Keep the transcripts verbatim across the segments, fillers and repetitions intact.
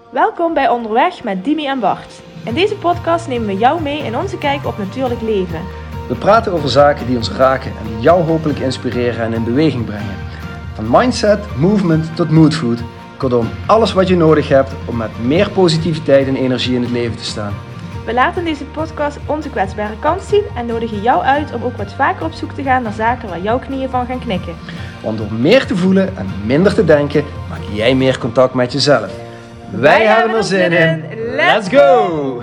Welkom bij Onderweg met Dimi en Bart. In deze podcast nemen we jou mee in onze kijk op natuurlijk leven. We praten over zaken die ons raken en die jou hopelijk inspireren en in beweging brengen. Van mindset, movement tot moodfood. Kortom, alles wat je nodig hebt om met meer positiviteit en energie in het leven te staan. We laten in deze podcast onze kwetsbare kant zien en nodigen jou uit om ook wat vaker op zoek te gaan naar zaken waar jouw knieën van gaan knikken. Want door meer te voelen en minder te denken, maak jij meer contact met jezelf. Wij, Wij hebben er zin in. Let's go!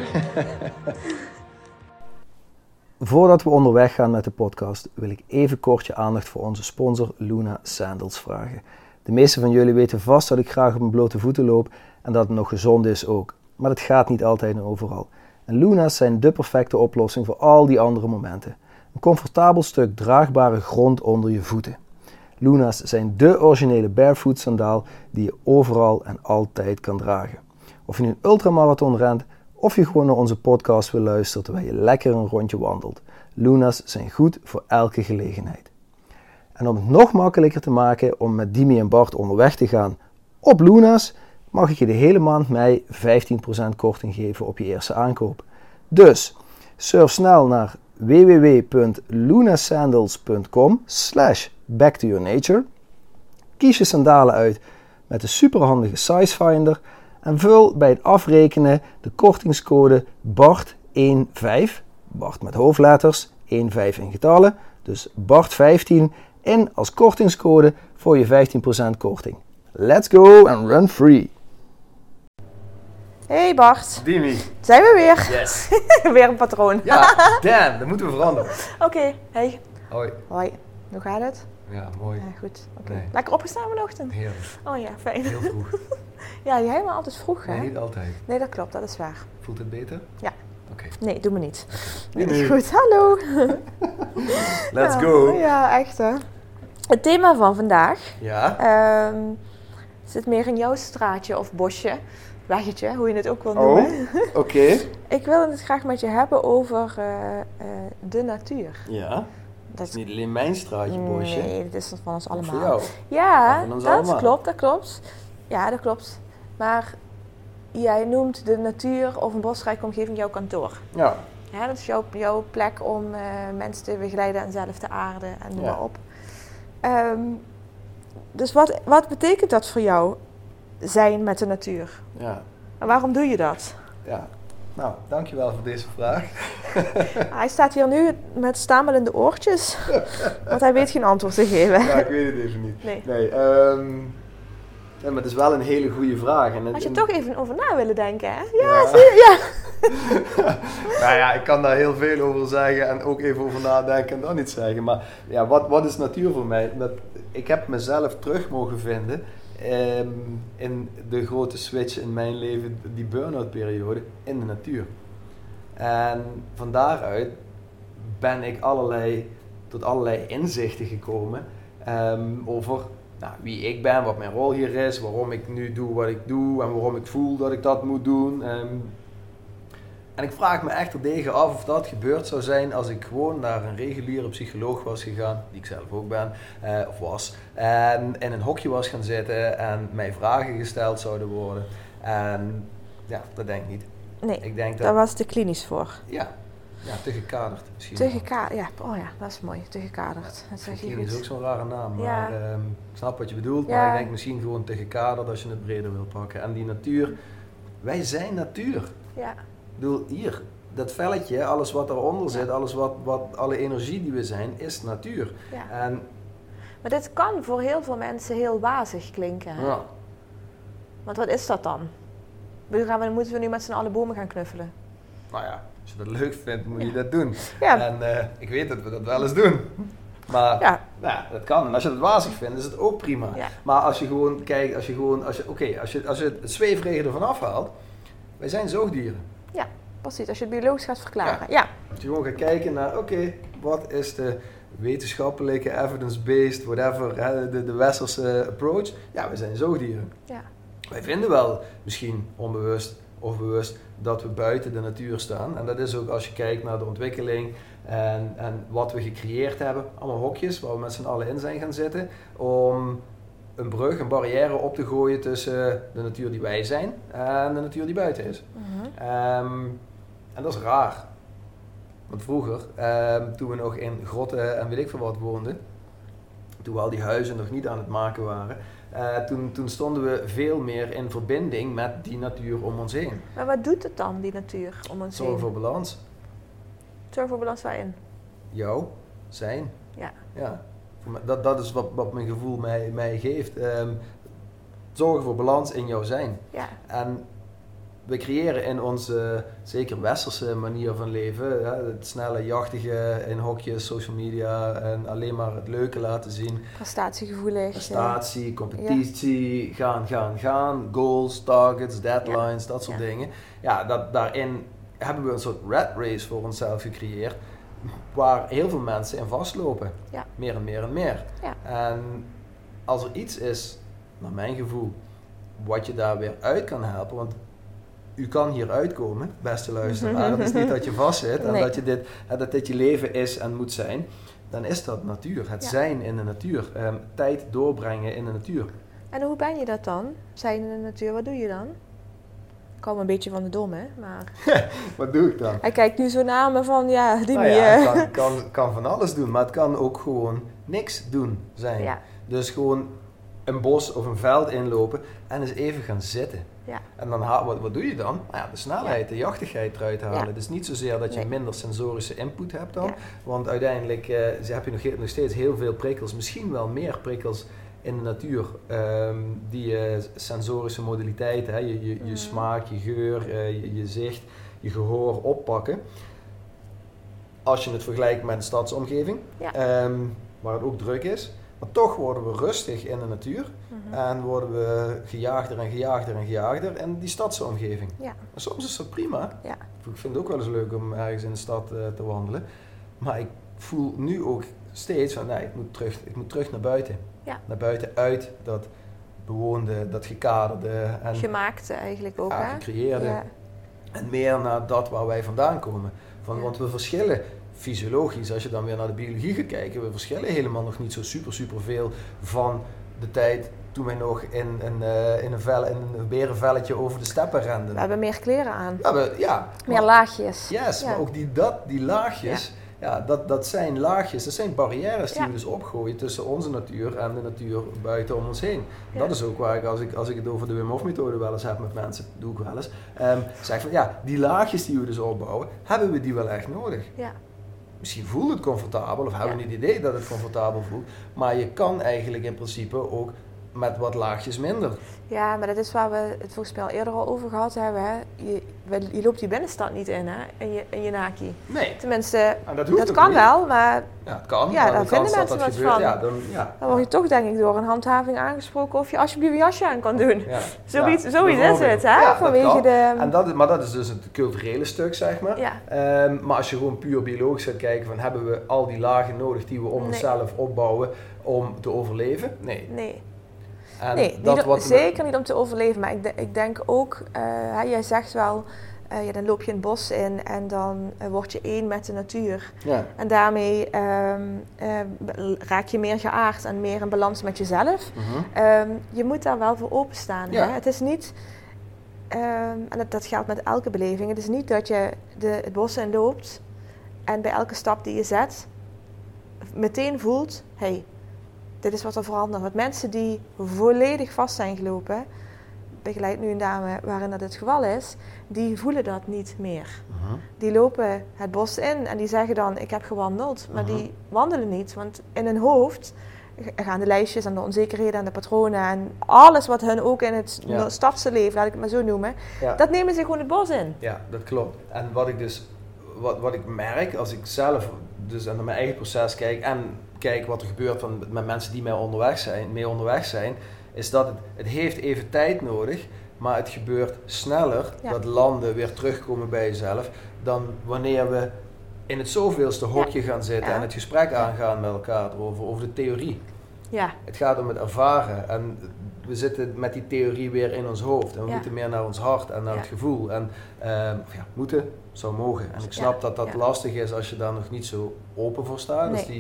Voordat we onderweg gaan met de podcast, wil ik even kort je aandacht voor onze sponsor Luna Sandals vragen. De meeste van jullie weten vast dat ik graag op mijn blote voeten loop en dat het nog gezond is ook. Maar dat gaat niet altijd en overal. En Luna's zijn de perfecte oplossing voor al die andere momenten. Een comfortabel stuk draagbare grond onder je voeten. Luna's zijn dé originele barefoot sandaal die je overal en altijd kan dragen. Of je nu een ultramarathon rent of je gewoon naar onze podcast wil luisteren terwijl je lekker een rondje wandelt. Luna's zijn goed voor elke gelegenheid. En om het nog makkelijker te maken om met Dimi en Bart onderweg te gaan op Luna's, mag ik je de hele maand mei vijftien procent korting geven op je eerste aankoop. Dus surf snel naar w w w punt lunasandals punt com slash back to your nature. Kies je sandalen uit met de superhandige size finder en vul bij het afrekenen de kortingscode B A R T vijftien, Bart met hoofdletters, vijftien in getallen, dus B A R T vijftien in als kortingscode voor je vijftien procent korting. Let's go and run free! Hey Bart. Dimi. Zijn we weer? Yes. Weer een patroon. Ja, damn, dat moeten we veranderen. Oké, okay. Hey. Hoi. Hoi. Hoe gaat het? Ja, mooi. Ja, goed. Okay. Nee. Lekker opgestaan vanochtend? Heerlijk. Oh ja, fijn. Heel vroeg. Ja, jij helemaal altijd vroeg, hè? Nee, niet altijd. Nee, dat klopt, dat is waar. Voelt het beter? Ja. Oké. Okay. Nee, doe me niet. Okay. Nee, nee. Goed, hallo. Let's ja, go. Ja, echt hè. Het thema van vandaag ja? um, zit meer in jouw straatje of bosje, weggetje, hoe je het ook wil noemen. Oh, oké. Okay. Ik wil het graag met je hebben over uh, uh, de natuur. Ja? Dat is niet alleen mijn straatje, bosje. Nee, dat is van ons allemaal. Voor jou? Ja, ons dat allemaal. klopt, dat klopt. Ja, dat klopt. Maar jij noemt de natuur of een bosrijke omgeving jouw kantoor. Ja. Ja, dat is jouw, jouw plek om uh, mensen te begeleiden en zelf te aarden en noem ja. maar op. Um, dus wat, wat betekent dat voor jou, zijn met de natuur? Ja. En waarom doe je dat? Ja. Nou, dankjewel voor deze vraag. Hij staat hier nu met stamelende oortjes, want hij weet geen antwoord te geven. Ja, ik weet het even niet. Nee. nee um, ja, maar het is wel een hele goede vraag. En het, Had je en... toch even over na willen denken, hè? Ja, ja. zie je? Ja. Nou ja, ik kan daar heel veel over zeggen en ook even over nadenken en dan niet zeggen. Maar ja, wat, wat is natuur voor mij? Dat, ik heb mezelf terug mogen vinden um, in de grote switch in mijn leven, die burn-out periode, in de natuur. En van daaruit ben ik allerlei, tot allerlei inzichten gekomen um, over nou, wie ik ben, wat mijn rol hier is, waarom ik nu doe wat ik doe en waarom ik voel dat ik dat moet doen. Um, en ik vraag me echt terdege af of dat gebeurd zou zijn als ik gewoon naar een reguliere psycholoog was gegaan, die ik zelf ook ben, uh, of was, en in een hokje was gaan zitten en mij vragen gesteld zouden worden. En ja, dat denk ik niet. Nee, ik denk dat, daar was te klinisch voor. Ja, ja te gekaderd misschien. Te gekaderd, ja. Oh ja, dat is mooi. Te gekaderd. Dat zeg je goed. is ook zo'n rare naam, maar ja. um, ik snap wat je bedoelt. Ja. Maar ik denk misschien gewoon te gekaderd als je het breder wil pakken. En die natuur, wij zijn natuur. Ja. Ik bedoel, hier, dat velletje, alles wat eronder zit, alles wat, wat, alle energie die we zijn, is natuur. Ja. En, maar dit kan voor heel veel mensen heel wazig klinken. Hè? Ja. Want wat is dat dan? Gaan we, moeten we nu met z'n allen bomen gaan knuffelen? Nou ja, als je dat leuk vindt, moet je ja. dat doen. Ja. En uh, ik weet dat we dat wel eens doen. Maar ja. Nou, dat kan. En als je het wazig vindt, is het ook prima. Ja. Maar als je gewoon kijkt, als je gewoon, als je, oké, okay, als je, als je het zweefregen ervan afhaalt, wij zijn zoogdieren. Ja, precies. Als je het biologisch gaat verklaren. Ja. ja. Als je gewoon gaat kijken naar, oké, okay, wat is de wetenschappelijke, evidence-based, whatever, hè, de, de westerse approach? Ja, wij zijn zoogdieren. Ja. Wij vinden wel, misschien onbewust of bewust, dat we buiten de natuur staan. En dat is ook als je kijkt naar de ontwikkeling en, en wat we gecreëerd hebben. Allemaal hokjes waar we met z'n allen in zijn gaan zitten. Om een brug, een barrière op te gooien tussen de natuur die wij zijn en de natuur die buiten is. Mm-hmm. Um, en dat is raar. Want vroeger, um, toen we nog in grotten en weet ik veel wat woonden, toen we al die huizen nog niet aan het maken waren, uh, toen, toen stonden we veel meer in verbinding met die natuur om ons heen. Maar wat doet het dan, die natuur om ons heen? Zorg voor balans. Zorg voor balans waarin? Jou, zijn. Ja. Ja. Dat, dat is wat, wat mijn gevoel mij, mij geeft. Um, zorgen voor balans in jouw zijn. Ja. En we creëren in onze, zeker westerse manier van leven, ja, het snelle, jachtige in hokjes, social media en alleen maar het leuke laten zien. Prestatiegevoelig. Prestatie, competitie, ja. gaan, gaan, gaan, goals, targets, deadlines, ja. dat soort ja. dingen. Ja, dat, daarin hebben we een soort rat race voor onszelf gecreëerd, waar heel veel mensen in vastlopen. Ja. Meer en meer en meer. Ja. En als er iets is, naar mijn gevoel, wat je daar weer uit kan helpen, want u kan hier uitkomen, beste luisteraar. Het is niet dat je vastzit en nee. dat, je dit, dat dit je leven is en moet zijn. Dan is dat natuur, het ja. zijn in de natuur. Um, tijd doorbrengen in de natuur. En hoe ben je dat dan? Zijn in de natuur, wat doe je dan? Ik hou me een beetje van de dom, hè? Maar... wat doe ik dan? Hij kijkt nu zo naar me van, ja, die nou meer. Ja, kan, kan, kan van alles doen, maar het kan ook gewoon niks doen zijn. Ja. Dus gewoon een bos of een veld inlopen en eens even gaan zitten. Ja. En dan ha- wat, wat doe je dan? Nou ja, de snelheid, ja. de jachtigheid eruit halen. Ja. Het is niet zozeer dat je nee. minder sensorische input hebt dan. Ja. Want uiteindelijk uh, heb je nog, nog steeds heel veel prikkels. Misschien wel meer prikkels in de natuur. Um, die uh, sensorische modaliteiten, hè, je, je, je mm. smaak, je geur, uh, je, je zicht, je gehoor oppakken. Als je het vergelijkt met een stadsomgeving, ja. um, waar het ook druk is. Maar toch worden we rustig in de natuur mm-hmm. en worden we gejaagder en gejaagder en gejaagder in die stadse omgeving. Ja. En soms is dat prima. Ja. Ik vind het ook wel eens leuk om ergens in de stad uh, te wandelen. Maar ik voel nu ook steeds van, nee, ik moet terug, ik moet terug naar buiten. Ja. Naar buiten uit dat bewoonde, dat gekaderde. En gemaakte eigenlijk ook, ja, hè? gecreëerde. Ja. En meer naar dat waar wij vandaan komen. Van, ja. Want we verschillen. Fysiologisch, als je dan weer naar de biologie gaat kijken, we verschillen helemaal nog niet zo super, super veel van de tijd toen wij nog in een, uh, in een, vel, in een berenvelletje over de steppen renden. We hebben meer kleren aan. Ja, we, ja meer maar, laagjes. Yes, ja. maar ook die, dat, die laagjes, ja. Ja, dat, dat zijn laagjes, dat zijn barrières die ja. we dus opgooien tussen onze natuur en de natuur buiten om ons heen. Ja. Dat is ook waar ik als, ik, als ik het over de Wim Hof methode wel eens heb met mensen, doe ik wel eens, um, zeg van ja, die laagjes die we dus opbouwen, hebben we die wel echt nodig? Ja. Misschien voelt het comfortabel of hebben we ja. niet het idee dat het comfortabel voelt. Maar je kan eigenlijk in principe ook met wat laagjes minder. Ja, maar dat is waar we het volgens mij al eerder al over gehad hebben. Hè. Je, je loopt die binnenstad niet in, hè, in je, in je naki. Nee. Tenminste, dat, dat kan niet. wel, maar... Ja, het kan. Ja, daar vinden mensen dat wat gebeurt, van. Ja, dan, ja. dan word je toch denk ik door een handhaving aangesproken of je alsjeblieft een jasje aan kan doen. Ja. Zoiets, ja, zoiets is het, hè? Ja, vanwege de... En dat, maar dat is dus het culturele stuk, zeg maar. Ja. Um, maar als je gewoon puur biologisch gaat kijken van hebben we al die lagen nodig die we om nee. onszelf opbouwen om te overleven? Nee. Nee. En nee, dat niet, wat zeker we... niet om te overleven, maar ik, de, ik denk ook, uh, hè, jij zegt wel, uh, ja, dan loop je het bos in en dan uh, word je één met de natuur. Ja. En daarmee um, uh, raak je meer geaard en meer in balans met jezelf. Uh-huh. Um, je moet daar wel voor openstaan. Ja. Hè? Het is niet, um, en dat, dat geldt met elke beleving, het is niet dat je de, het bos in loopt en bij elke stap die je zet meteen voelt, hey, dit is wat er verandert. Want mensen die volledig vast zijn gelopen, begeleid nu een dame waarin dat het geval is, die voelen dat niet meer. Uh-huh. Die lopen het bos in en die zeggen dan, ik heb gewandeld. Maar uh-huh. die wandelen niet, want in hun hoofd gaan de lijstjes en de onzekerheden en de patronen en alles wat hun ook in het ja. stadse leven, laat ik het maar zo noemen, ja. dat nemen ze gewoon het bos in. Ja, dat klopt. En wat ik dus, wat, wat ik merk als ik zelf dus naar mijn eigen proces kijk en kijk wat er gebeurt van, met mensen die mee onderweg zijn, mee onderweg zijn, is dat het, het heeft even tijd nodig, maar het gebeurt sneller ja. dat landen weer terugkomen bij jezelf dan wanneer we in het zoveelste hokje ja. gaan zitten ja. en het gesprek aangaan met elkaar over, over de theorie. Ja. Het gaat om het ervaren en we zitten met die theorie weer in ons hoofd en we ja. moeten meer naar ons hart en naar ja. het gevoel. En uh, ja, moeten zou mogen. En ik snap ja. dat dat ja. lastig is als je daar nog niet zo open voor staat. Nee. Als die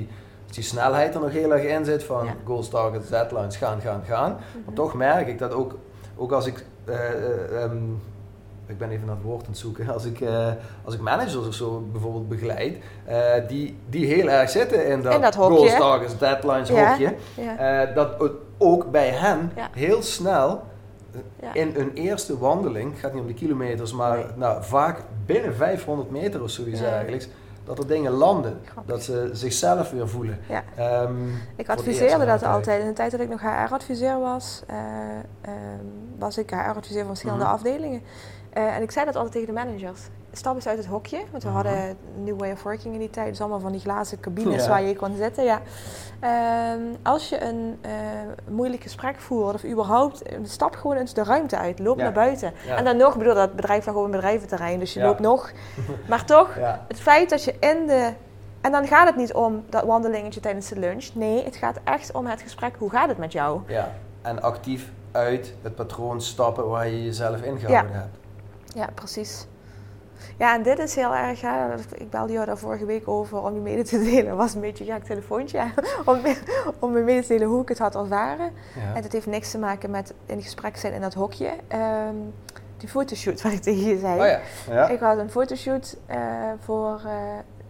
Als die snelheid er nog heel erg in zit van ja. goals, targets, deadlines, gaan, gaan, gaan. Mm-hmm. Maar toch merk ik dat ook, ook als ik, uh, uh, um, ik ben even naar het woord aan het zoeken, als ik, uh, als ik managers of zo bijvoorbeeld begeleid, uh, die, die heel erg zitten in dat, in dat goals, targets, deadlines ja. hokje, ja. uh, dat ook bij hen ja. heel snel ja. in hun eerste wandeling, het gaat niet om de kilometers, maar nee. nou, vaak binnen vijfhonderd meter of zoiets ja. eigenlijk, dat er dingen landen. Grappig. Dat ze zichzelf weer voelen. Ja. Um, ik adviseerde dat altijd. In de tijd dat ik nog H R-adviseur was, uh, uh, was ik H R-adviseur van verschillende mm-hmm. afdelingen. Uh, en ik zei dat altijd tegen de managers. Stap eens uit het hokje, want we mm-hmm. hadden een new way of working in die tijd. Dus allemaal van die glazen cabines ja. waar je kon zitten. Ja. Uh, als je een uh, moeilijk gesprek voert of überhaupt, stap gewoon eens de ruimte uit. Loop ja. naar buiten. Ja. En dan nog, bedoel, dat bedrijf lag gewoon een bedrijventerrein, dus je ja. loopt nog. Maar toch, ja. het feit dat je in de... En dan gaat het niet om dat wandelingetje tijdens de lunch. Nee, het gaat echt om het gesprek. Hoe gaat het met jou? Ja, en actief uit het patroon stappen waar je jezelf ingehouden ja. hebt. Ja, precies. Ja, en dit is heel erg, hè, ik belde jou daar vorige week over om je mede te delen. Het was een beetje een gek telefoontje, om, om me mede te delen hoe ik het had ervaren. Ja. En het heeft niks te maken met in gesprek zijn in dat hokje. Um, die fotoshoot, wat ik tegen je zei. Oh ja. Ja. Ik had een fotoshoot uh, voor, uh,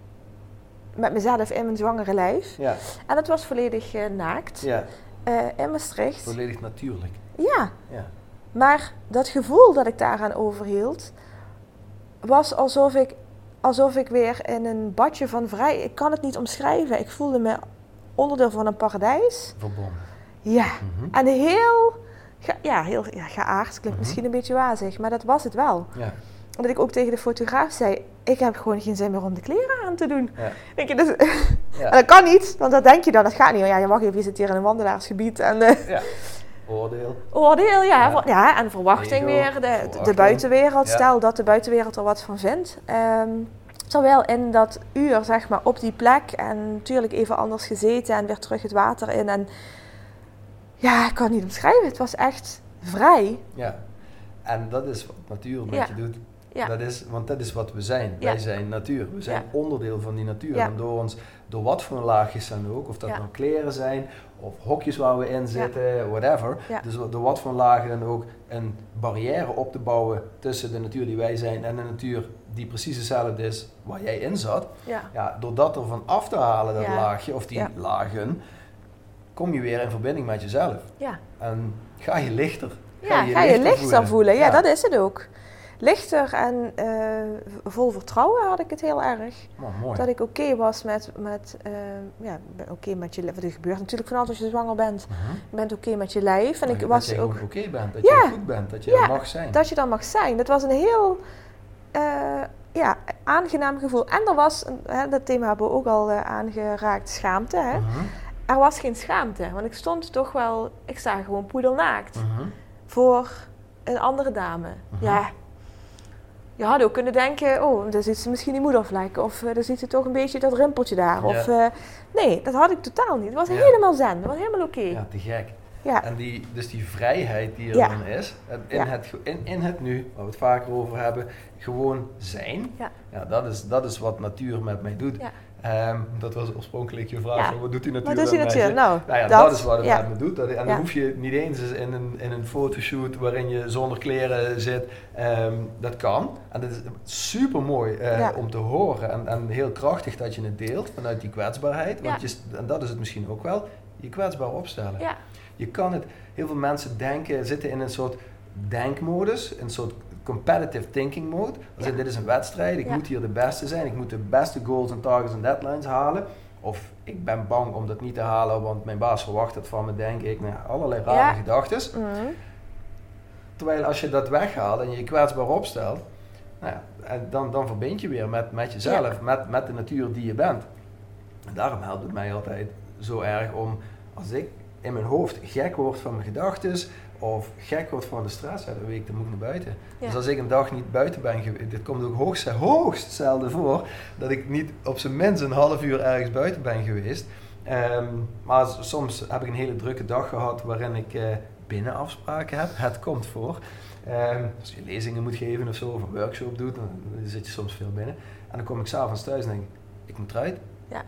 met mezelf in mijn zwangere lijf. Ja. En dat was volledig uh, naakt, ja. uh, in Maastricht. Volledig natuurlijk. Ja. ja. Maar dat gevoel dat ik daaraan overhield, was alsof ik, alsof ik weer in een badje van vrij... Ik kan het niet omschrijven. Ik voelde me onderdeel van een paradijs. Verbonden. Ja. Mm-hmm. En heel... Ge, ja, heel ja, geaard. Klinkt mm-hmm. misschien een beetje wazig, maar dat was het wel. Ja. Omdat ik ook tegen de fotograaf zei... Ik heb gewoon geen zin meer om de kleren aan te doen. Ja. Denk je, dus, ja. En dat kan niet, want dat denk je dan. Dat gaat niet. Ja, je mag even, je zit hier in een wandelaarsgebied. En, uh, ja. Oordeel. Oordeel, ja. Ja, ja en verwachting Ego, weer. De, verwachting. de buitenwereld. Ja. Stel dat de buitenwereld er wat van vindt. Um, terwijl in dat uur, zeg maar, op die plek. En natuurlijk even anders gezeten. En weer terug het water in. En ja, ik kan het niet omschrijven. Het was echt vrij. Ja. En dat is wat natuur met ja. je doet. Ja. Dat is, want dat is wat we zijn. Ja. Wij zijn natuur. We zijn ja. onderdeel van die natuur. Ja. En door ons, door wat voor laagjes dan ook, of dat ja. nou kleren zijn, of hokjes waar we in zitten, ja. whatever. Ja. Dus door wat voor lagen dan ook een barrière op te bouwen tussen de natuur die wij zijn en de natuur die precies hetzelfde is waar jij in zat. Ja. Ja, door dat ervan af te halen, dat ja. laagje, of die ja. lagen, kom je weer in verbinding met jezelf. Ja. En ga je lichter. Ga ja, je ga lichter je lichter voelen. voelen. Ja, ja, dat is het ook. Lichter en uh, vol vertrouwen had ik het heel erg. Oh, mooi. Dat ik oké okay was met, met uh, ja, oké okay met je lijf. Er gebeurt natuurlijk van alles als je zwanger bent. Uh-huh. Je bent oké okay met je lijf. En maar ik dat was je ook oké okay bent, dat ja, je goed bent, dat je ja, er mag zijn. Dat je dan mag zijn. Dat was een heel uh, ja, aangenaam gevoel. En er was, hè, dat thema hebben we ook al uh, aangeraakt, schaamte. Hè? Uh-huh. Er was geen schaamte, want ik stond toch wel, ik sta gewoon poedelnaakt. Uh-huh. Voor een andere dame. Uh-huh. Ja. Je had ook kunnen denken, oh, daar zit ze misschien die moedervlek. Of uh, daar zit ze toch een beetje dat rimpeltje daar. Ja. Of, uh, nee, dat had ik totaal niet. Het was ja. helemaal zen. Het was helemaal oké. Okay. Ja, te gek. Ja. En die, dus die vrijheid die er ja. dan is, in, ja. het, in, in het nu, waar we het vaker over hebben, gewoon zijn. Ja. Ja, dat is, dat is wat natuur met mij doet. Ja. Um, dat was oorspronkelijk je vraag, ja. wat doet die natuur met mij? Nou, nou ja, dat, dat is wat het ja. met me doet. Dat, en dan ja. hoef je niet eens in een, in een fotoshoot waarin je zonder kleren zit. Um, dat kan. En dat is super mooi uh, ja. om te horen. En, en heel krachtig dat je het deelt vanuit die kwetsbaarheid. Want ja. je, en dat is het misschien ook wel, je kwetsbaar opstellen. Ja. Je kan het, heel veel mensen denken, zitten in een soort denkmodus, een soort competitive thinking mode. Dus ja. dit is een wedstrijd, ik ja. moet hier de beste zijn, ik moet de beste goals en targets en deadlines halen. Of ik ben bang om dat niet te halen, want mijn baas verwacht het van me, denk ik. Nou, allerlei rare ja. gedachtes. Mm-hmm. Terwijl als je dat weghaalt en je je kwetsbaar opstelt, nou ja, en dan, dan verbind je weer met, met jezelf, ja. met, met de natuur die je bent. En daarom helpt het mij altijd zo erg om, als ik in mijn hoofd gek word van mijn gedachtes, of gek wordt van de stress, ja, dan weet ik, dan moet ik naar buiten. Ja. Dus als ik een dag niet buiten ben geweest, dit komt ook hoogst, hoogst zelden voor, dat ik niet op zijn minst een half uur ergens buiten ben geweest. Um, maar soms heb ik een hele drukke dag gehad waarin ik uh, binnen afspraken heb. Het komt voor. Um, als je lezingen moet geven of zo, of een workshop doet, dan zit je soms veel binnen. En dan kom ik s'avonds thuis en denk ik, ik moet eruit. Ja.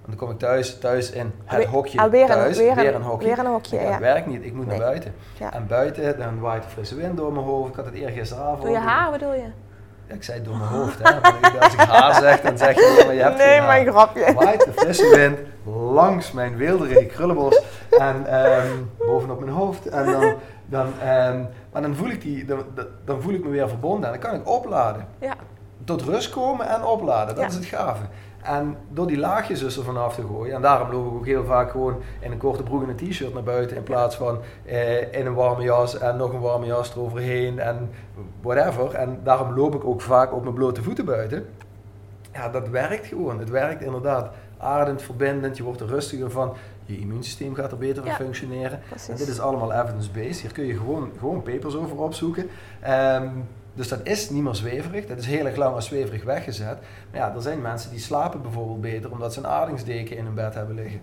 dan kom ik thuis, thuis in het Alweer- hokje alweer een- thuis, weer weer een- een hokje. weer een hokje, Ik, ja. Het werkt niet, ik moet Nee. naar buiten. Ja. En buiten, dan waait de frisse wind door mijn hoofd. Ik had het eergisteravond. Door je haar bedoel je? Ja, ik zei door mijn hoofd. Hè. Want als ik haar zeg, dan zeg je, ja, maar je hebt Nee, geen haar. mijn grapje. Waait de frisse wind langs mijn weelderige krullenbos en ehm, bovenop mijn hoofd. En dan, dan, ehm, maar dan voel, ik die, dan, dan voel ik me weer verbonden en dan kan ik opladen. Ja. Tot rust komen en opladen, dat Ja. is het gave. En door die laagjes dus er vanaf te gooien, en daarom loop ik ook heel vaak gewoon in een korte broek en een t-shirt naar buiten, in plaats van eh, in een warme jas en nog een warme jas eroverheen en whatever. En daarom loop ik ook vaak op mijn blote voeten buiten. Ja, dat werkt gewoon. Het werkt inderdaad aardend, verbindend, je wordt er rustiger van, je immuunsysteem gaat er beter van Ja, functioneren. precies. En dit is allemaal evidence-based, hier kun je gewoon, gewoon papers over opzoeken. Um, Dus dat is niet meer zweverig, dat is heel erg lang als zweverig weggezet. Maar ja, er zijn mensen die slapen bijvoorbeeld beter omdat ze een aardingsdeken in hun bed hebben liggen.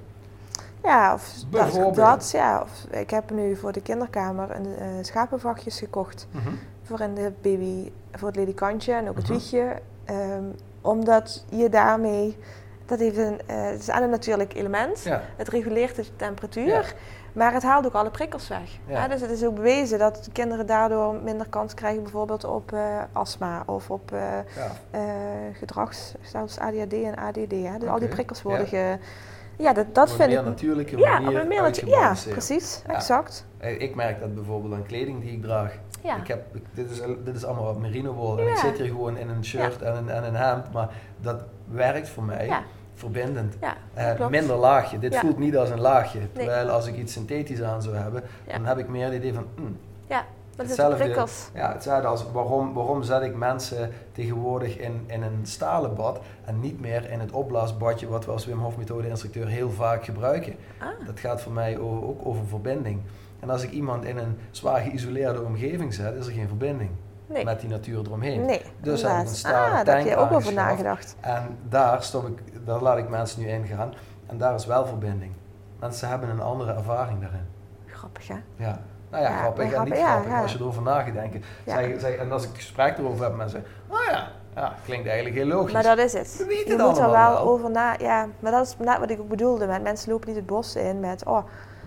Ja, of dat, Bijvoorbeeld. dat, ja. Of, ik heb nu voor de kinderkamer een uh, schapenvachtjes gekocht. Mm-hmm. Voor in de baby, voor het ledikantje en ook het Mm-hmm. wiegje. Um, omdat je daarmee, dat heeft een, uh, het is aan een natuurlijk element. Ja. Het reguleert de temperatuur. Ja. Maar het haalt ook alle prikkels weg. Ja. Ja, dus het is ook bewezen dat de kinderen daardoor minder kans krijgen bijvoorbeeld op uh, astma of op uh, Ja. uh, gedrags, zelfs A D H D en A D D. Hè. Dus Okay. al die prikkels worden Ja. ge... Ja, dat, dat op vind een ik... meer natuurlijke ja, manier op een meer natu- Ja, uitgebalanceerd. precies. Ja. Exact. Ik merk dat bijvoorbeeld aan kleding die ik draag. Ja. Ik heb, ik, dit, is, dit is allemaal merino wol en Ja. ik zit hier gewoon in een shirt Ja. en, een, en een hemd, maar dat werkt voor mij. Ja. Verbindend. Ja, Uh, klopt. minder laagje. Dit Ja. voelt niet als een laagje. Nee. Terwijl als ik iets synthetisch aan zou hebben, Ja. dan heb ik meer het idee van... Mm, Ja, dat is de hetzelfde, prikkels. ja, hetzelfde als waarom, waarom zet ik mensen tegenwoordig in, in een stalen bad en niet meer in het opblaasbadje wat we als Wim Hof methode instructeur heel vaak gebruiken. Ah. Dat gaat voor mij over, ook over verbinding. En als ik iemand in een zwaar geïsoleerde omgeving zet, is er geen verbinding Nee. met die natuur eromheen. Nee, Dus heb ik een inderdaad. stalen Ah, tank daar heb je ook over aangeschaft. nagedacht. En daar, stop ik, daar laat ik mensen nu ingaan. En daar is wel verbinding. Mensen hebben een andere ervaring daarin. Grappig, hè? Ja. Nou ja, Ja, grappig maar en niet grappig, ja, grappig ja. als je erover na gaat denken. Ja. Zeg, zeg, en als ik het gesprek erover heb met mensen, oh ja, ja, klinkt eigenlijk heel logisch. Maar dat is het. We weten Je het moet er allemaal wel wel. over na... Ja, maar dat is net wat ik ook bedoelde. Met mensen lopen niet het bos in met... Oh,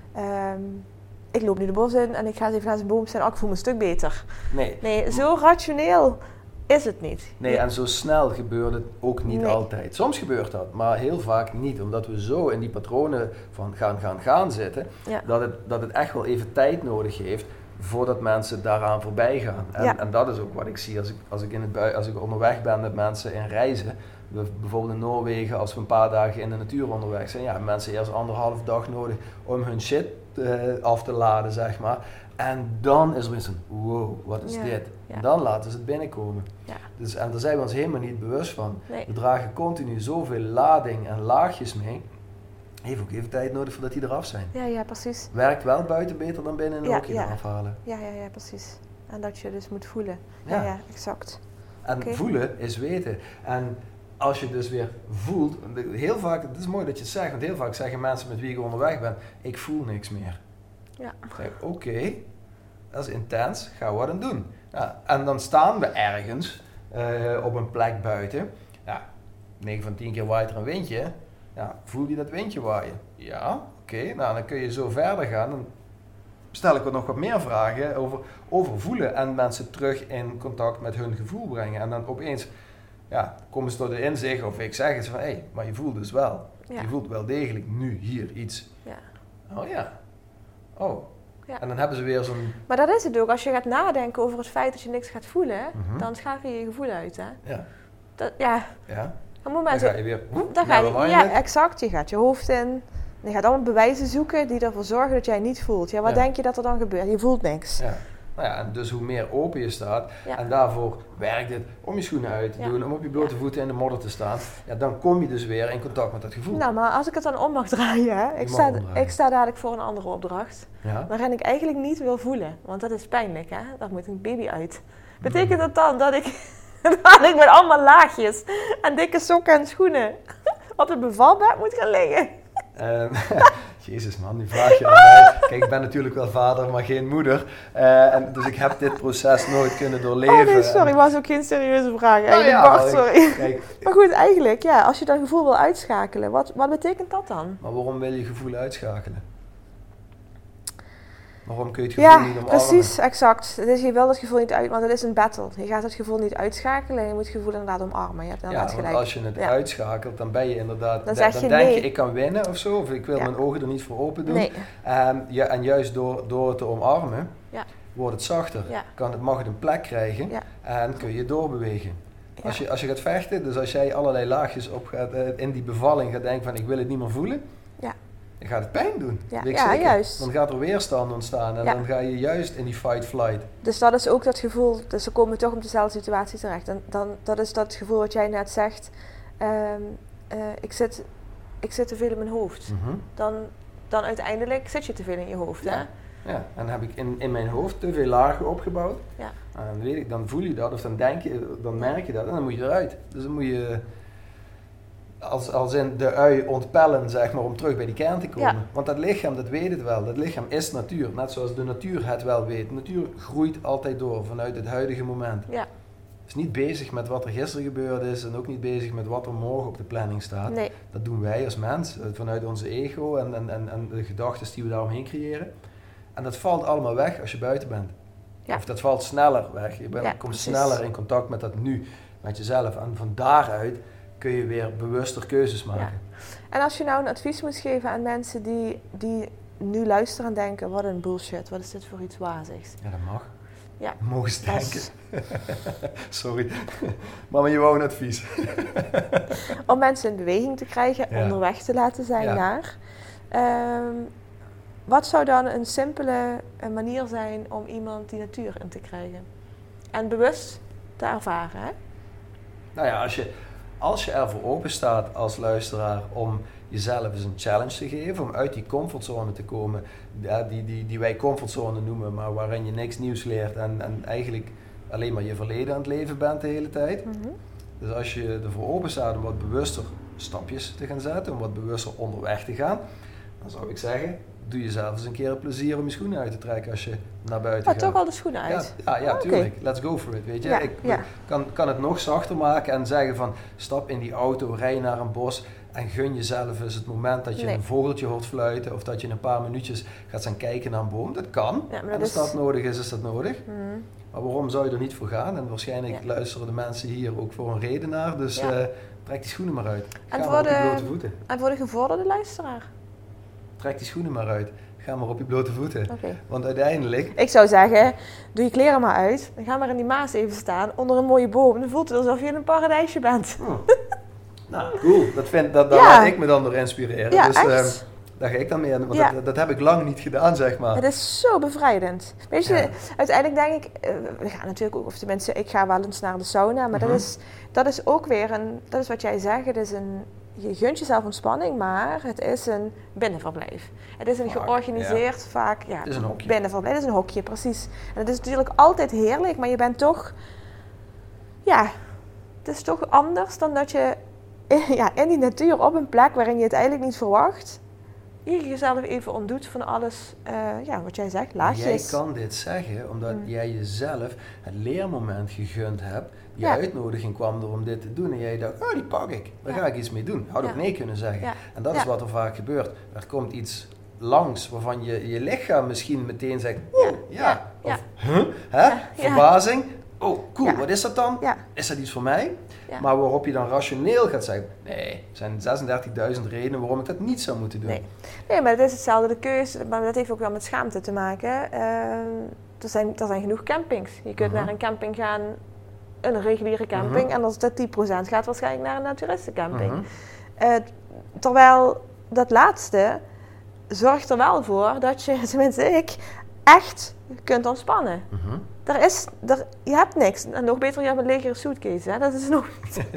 um, ik loop nu de bos in en ik ga eens even naar zijn boom staan. Oh, ik voel me een stuk beter. Nee. Nee, zo rationeel is het niet. Nee, en zo snel gebeurt het ook niet Nee. altijd. Soms gebeurt dat, maar heel vaak niet. Omdat we zo in die patronen van gaan, gaan, gaan zitten, Ja. dat, het, dat het echt wel even tijd nodig heeft voordat mensen daaraan voorbij gaan. En, Ja. en dat is ook wat ik zie als ik, als ik, in het bui, als ik onderweg ben met mensen in reizen. Bijvoorbeeld in Noorwegen, als we een paar dagen in de natuur onderweg zijn. Ja, mensen eerst anderhalf dag nodig om hun shit uh, af te laden, zeg maar. En dan is er eens een, wow, wat is Ja. dit? Ja. En dan laten ze het binnenkomen. Ja. Dus, en daar zijn we ons helemaal niet bewust van. Nee. We dragen continu zoveel lading en laagjes mee. Heeft ook even tijd nodig voordat die eraf zijn. Ja, ja, precies. Werkt wel buiten beter dan binnen een Ja, hokje ja. eraf halen. Ja, ja, ja, precies. En dat je dus moet voelen. Ja. Ja, ja, exact. En Oké. voelen is weten. En als je dus weer voelt, heel vaak, het is mooi dat je het zegt, want heel vaak zeggen mensen met wie ik onderweg ben, ik voel niks meer. Ja. Ik zeg, oké, okay, dat is intens, ga wat aan doen. Ja, en dan staan we ergens uh, op een plek buiten. Ja, negen van tien keer waait er een windje. Ja, voel je dat windje waaien? Ja, oké, okay, nou dan kun je zo verder gaan. Dan stel ik er nog wat meer vragen over, over voelen en mensen terug in contact met hun gevoel brengen. En dan opeens ja, komen ze tot de inzicht, of ik zeg eens van, hé, hey, maar je voelt dus wel. Ja. Je voelt wel degelijk nu hier iets. Ja. Oh ja. Oh. Ja. En dan hebben ze weer zo'n... Maar dat is het ook. Als je gaat nadenken over het feit dat je niks gaat voelen, Mhm. dan schakel je je gevoel uit, hè? Ja. Dat, ja. Ja. Op Dan momenten, ga je weer... Hm, dan ga je, ja, exact. Je gaat je hoofd in. Je gaat allemaal bewijzen zoeken die ervoor zorgen dat jij niet voelt. Ja, wat Ja. denk je dat er dan gebeurt? Je voelt niks. Ja. Nou ja, en dus hoe meer open je staat, Ja. en daarvoor werkt het om je schoenen uit te Ja. doen, om op je blote voeten in de modder te staan, ja, dan kom je dus weer in contact met dat gevoel. Nou, maar als ik het dan om mag draaien, hè? Ik, mag sta, omdraaien. ik sta dadelijk voor een andere opdracht. Ja? Waarin ik eigenlijk niet wil voelen. Want dat is pijnlijk, hè? Daar moet een baby uit. Betekent dat dan dat ik, dat ik met allemaal laagjes en dikke sokken en schoenen op het bevalbed moet gaan liggen? Um, Jezus man, nu vraag je aan mij. Kijk, ik ben natuurlijk wel vader, maar geen moeder. Uh, en dus ik heb dit proces nooit kunnen doorleven. Oh nee, sorry, was ook geen serieuze vraag eigenlijk. Nou ja, Bart, sorry. Kijk, maar goed, eigenlijk, ja, als je dat gevoel wil uitschakelen, wat, wat betekent dat dan? Maar waarom wil je gevoel uitschakelen? Waarom kun je het gevoel ja, niet omarmen? Precies, exact. Dus je wil het gevoel niet uit, want het is een battle. Je gaat het gevoel niet uitschakelen en je moet het gevoel inderdaad omarmen. Je hebt inderdaad ja, gelijk. Want als je het ja. uitschakelt, dan ben je inderdaad... Dan, dan, zeg dan je denk nee. je, ik kan winnen of zo, of ik wil ja. mijn ogen er niet voor open doen. Nee. Um, ja, en juist door, door het te omarmen, ja. wordt het zachter. Ja. Kan het, mag het een plek krijgen ja. en kun je doorbewegen. Ja. Als, je, als je gaat vechten, dus als jij allerlei laagjes op gaat, uh, in die bevalling gaat denken van ik wil het niet meer voelen... Ja. Dan gaat het pijn doen. Ja, weet ik ja zeker. juist. Dan gaat er weerstand ontstaan en ja. dan ga je juist in die fight-flight. Dus dat is ook dat gevoel, dus dan komen we toch op dezelfde situatie terecht. En dan, dat is dat gevoel wat jij net zegt, um, uh, ik, zit, ik zit te veel in mijn hoofd. Mm-hmm. Dan, dan uiteindelijk zit je te veel in je hoofd. Ja. Hè? Ja, en dan heb ik in, in mijn hoofd te veel lagen opgebouwd. Ja. En dan, weet ik, dan voel je dat of dan denk je, dan merk je dat en dan moet je eruit. Dus dan moet je... Als, als in de ui ontpellen, zeg maar, om terug bij die kern te komen. Ja. Want dat lichaam, dat weet het wel. Dat lichaam is natuur. Net zoals de natuur het wel weet. De natuur groeit altijd door vanuit het huidige moment. Ja. Het is niet bezig met wat er gisteren gebeurd is en ook niet bezig met wat er morgen op de planning staat. Nee. Dat doen wij als mens, vanuit onze ego en, en, en, en de gedachten die we daaromheen creëren. En dat valt allemaal weg als je buiten bent. Ja. Of dat valt sneller weg. Je bent, ja, komt precies. sneller in contact met dat nu, met jezelf. En van daaruit kun je weer bewuster keuzes maken. Ja. En als je nou een advies moet geven aan mensen die, die nu luisteren en denken, wat een bullshit, wat is dit voor iets wazigs? Ja, dat mag. Ja. Mogen ze denken. Sorry. Maar je wou een advies. Om mensen in beweging te krijgen, ja. onderweg te laten zijn ja. naar. Um, wat zou dan een simpele een manier zijn om iemand die natuur in te krijgen? En bewust te ervaren, hè? Nou ja, als je... Als je ervoor open staat als luisteraar om jezelf eens een challenge te geven, om uit die comfortzone te komen, ja, die, die, die wij comfortzone noemen, maar waarin je niks nieuws leert en, en eigenlijk alleen maar je verleden aan het leven bent de hele tijd. Mm-hmm. Dus als je ervoor open staat om wat bewuster stapjes te gaan zetten, om wat bewuster onderweg te gaan, dan zou ik zeggen, doe jezelf eens een keer een plezier om je schoenen uit te trekken als je naar buiten oh, gaat. toch al de schoenen uit? Ja, ja, ja oh, tuurlijk. Okay. Let's go for it, weet je. Ja, ik ja. kan, kan het nog zachter maken en zeggen van, stap in die auto, rij naar een bos en gun jezelf eens het moment dat je nee. een vogeltje hoort fluiten of dat je een paar minuutjes gaat gaan kijken naar een boom. Dat kan. Ja, en als is... dat nodig is, is dat nodig. Mm. Maar waarom zou je er niet voor gaan? En waarschijnlijk ja. luisteren de mensen hier ook voor een reden naar. Dus ja. uh, trek die schoenen maar uit. Ga en maar op de, je blote voeten. En voor de gevorderde luisteraar? Trek die schoenen maar uit. Ga maar op je blote voeten. Okay. Want uiteindelijk... Ik zou zeggen, doe je kleren maar uit. Dan ga maar in die Maas even staan, onder een mooie boom. Dan voelt het alsof je in een paradijsje bent. Oh. Nou, cool. Dat vind, dat, daar ja. laat ik me dan door inspireren. Ja, dus echt? Uh, daar ga ik dan mee aan. Want ja. dat, dat heb ik lang niet gedaan, zeg maar. Het is zo bevrijdend. Weet je, ja. uiteindelijk denk ik... Uh, we gaan natuurlijk ook... Of tenminste, ik ga wel eens naar de sauna. Maar mm-hmm. dat, is, dat is ook weer een... Dat is wat jij zegt. Het is een... Je gunt jezelf ontspanning, maar het is een binnenverblijf. Het is een vaak, georganiseerd, ja. vaak ja, het is een hokje. binnenverblijf. Het is een hokje, precies. En het is natuurlijk altijd heerlijk, maar je bent toch... Ja, het is toch anders dan dat je in, ja, in die natuur op een plek waarin je het eigenlijk niet verwacht... je jezelf even ontdoet van alles, uh, ja, wat jij zegt, laagjes. Jij kan dit zeggen omdat mm. jij jezelf het leermoment gegund hebt. Die ja. uitnodiging kwam er om dit te doen en jij dacht, oh die pak ik, daar ja. ga ik iets mee doen. Had ook ja. nee kunnen zeggen. Ja. En dat ja. is wat er vaak gebeurt. Er komt iets langs waarvan je, je lichaam misschien meteen zegt, oh ja, ja. ja. of huh? Hè? Ja. verbazing. Oh cool, ja. wat is dat dan? Ja. Is dat iets voor mij? Ja. Maar waarop je dan rationeel gaat zeggen, nee, er zijn zesendertigduizend redenen waarom ik dat niet zou moeten doen. Nee, nee maar het is hetzelfde de keuze, maar dat heeft ook wel met schaamte te maken. Uh, er, zijn, er zijn genoeg campings. Je kunt uh-huh. naar een camping gaan, een reguliere camping, uh-huh. en als dat tien procent gaat waarschijnlijk naar een naturistencamping. Uh-huh. Uh, terwijl dat laatste zorgt er wel voor dat je, tenminste ik, echt kunt ontspannen. Uh-huh. Er is, er, je hebt niks. En nog beter, je hebt een legere suitcase. Hè? Dat is nog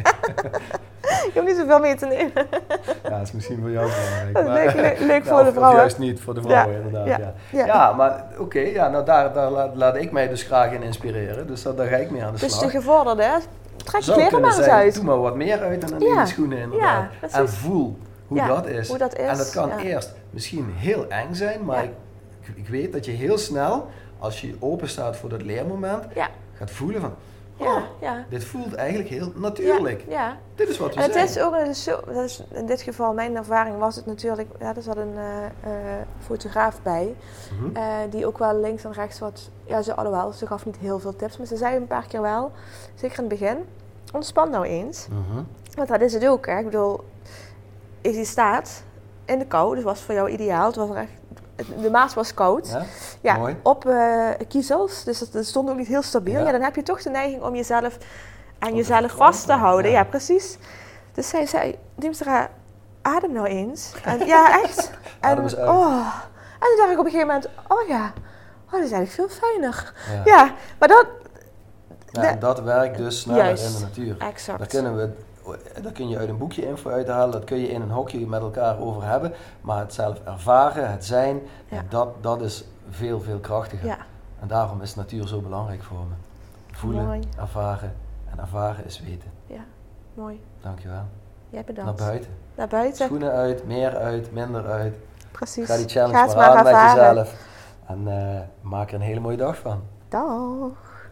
je hoeft niet zoveel mee te nemen. Ja, dat is misschien voor jou belangrijk. Dat is maar, leuk, leuk, leuk ja, voor of, de vrouwen. Of juist niet, voor de vrouwen ja. inderdaad. Ja, ja. ja. ja maar oké, okay, ja, nou daar, daar laat, laat ik mij dus graag in inspireren. Dus dat, daar ga ik mee aan de slag. Dus de gevorderde, trek je kleren maar eens zijn, uit. Doe maar wat meer uit dan alleen ja. de schoenen inderdaad. Ja, en voel hoe, ja, dat is. hoe dat is. En dat kan ja. eerst misschien heel eng zijn, maar Ja. ik, ik weet dat je heel snel, als je open staat voor dat leermoment, Ja. gaat voelen van, oh, Ja, ja. dit voelt eigenlijk heel natuurlijk. Ja, ja. Dit is wat we En het zijn. is ook een- zo, dat is in dit geval mijn ervaring was het natuurlijk, ja, er zat een uh, uh, fotograaf bij, Mhm. uh, die ook wel links en rechts wat, ja, ze alhoewel, ze gaf niet heel veel tips, maar ze zei een paar keer wel, zeker in het begin, ontspan nou eens. Mhm. Want dat is het ook, hè. Ik bedoel, je staat in de kou, dus was voor jou ideaal. Het was er echt, de Maas was koud. Ja? Ja, Mooi. op uh, kiezels, dus dat, dat stond ook niet heel stabiel. Ja. Ja, dan heb je toch de neiging om jezelf aan Om jezelf te vast te houden. ja. Ja, precies. Dus zij zei, Diemstra, adem nou eens. En, ja, echt. En, Adem eens uit. oh. En toen dacht ik op een gegeven moment, oh ja, oh, dat is eigenlijk veel fijner. Ja. Ja, maar dat... Ja, de- en dat werkt dus sneller Juist. in de natuur. Exact. Daar kunnen we, daar kun je uit een boekje info uithalen, dat kun je in een hokje met elkaar over hebben, maar het zelf ervaren, het zijn, Ja. ja, dat, dat is veel, veel krachtiger. Ja, En daarom is natuur zo belangrijk voor me. Voelen, Mooi. ervaren en ervaren is weten. ja, mooi. Dankjewel. Jij bedankt. Naar buiten. Naar buiten. Schoenen uit, meer uit, minder uit. Precies. Ga die challenge Ga het maar aan met ervaren. jezelf. En uh, maak er een hele mooie dag van. Dag.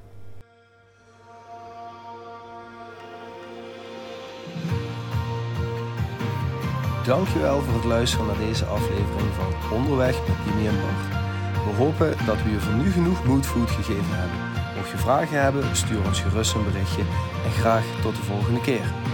Dankjewel voor het luisteren naar deze aflevering van Onderweg met Jimmy en Bart. We hopen dat we je voor nu genoeg moodfood gegeven hebben. Mocht je vragen hebben, stuur ons gerust een berichtje en graag tot de volgende keer.